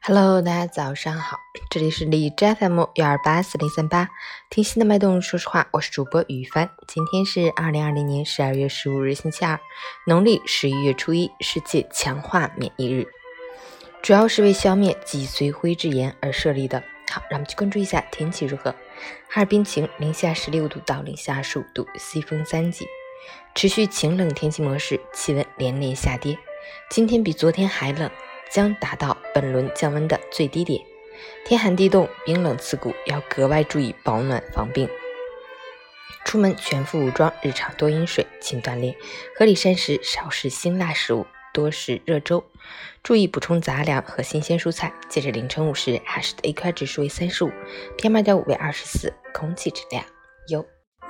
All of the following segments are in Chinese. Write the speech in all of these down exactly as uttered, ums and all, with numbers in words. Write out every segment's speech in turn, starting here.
Hello， 大家早上好，这里是荔枝 F M 一二八四零三八，听心的脉动，说实话，我是主播于帆。今天是二零二零年十二月十五日，星期二，农历十一月初一，世界强化免疫日，主要是为消灭脊髓灰质炎而设立的。好，让我们去关注一下天气如何。哈尔滨晴，零下十六度到零下十五度，西风三级，持续晴冷天气模式，气温连连下跌。今天比昨天还冷，将达到本轮降温的最低点，天寒地冻，冰冷刺骨，要格外注意保暖防病。出门全副武装，日常多饮水，勤锻炼，合理膳食，少食辛辣食物，多食热粥，注意补充杂粮和新鲜蔬菜。截至凌晨五时，海市的 A Q I 指数为三十五 ，P M 二点五 为二十四，空气质量优。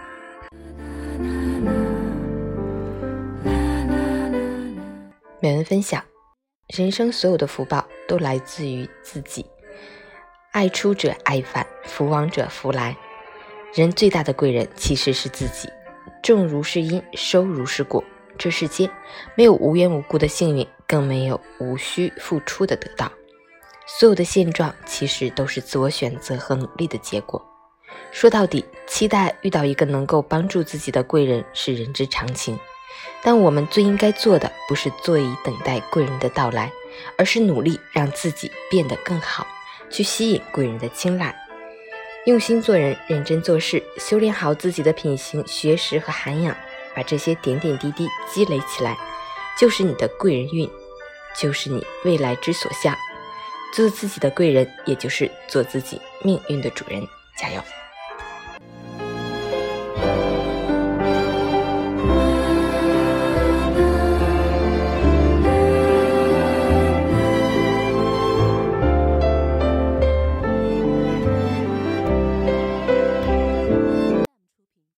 美文分享：人生所有的福报都来自于自己，爱出者爱返，福往者福来。人最大的贵人其实是自己，种如是因，收如是果。这世间没有无缘无故的幸运，更没有无需付出的得到。所有的现状其实都是自我选择和努力的结果。说到底，期待遇到一个能够帮助自己的贵人是人之常情，但我们最应该做的不是坐以等待贵人的到来，而是努力让自己变得更好，去吸引贵人的青睐。用心做人，认真做事，修炼好自己的品行、学识和涵养，把这些点点滴滴积累起来，就是你的贵人运，就是你未来之所向。做自己的贵人，也就是做自己命运的主人。加油！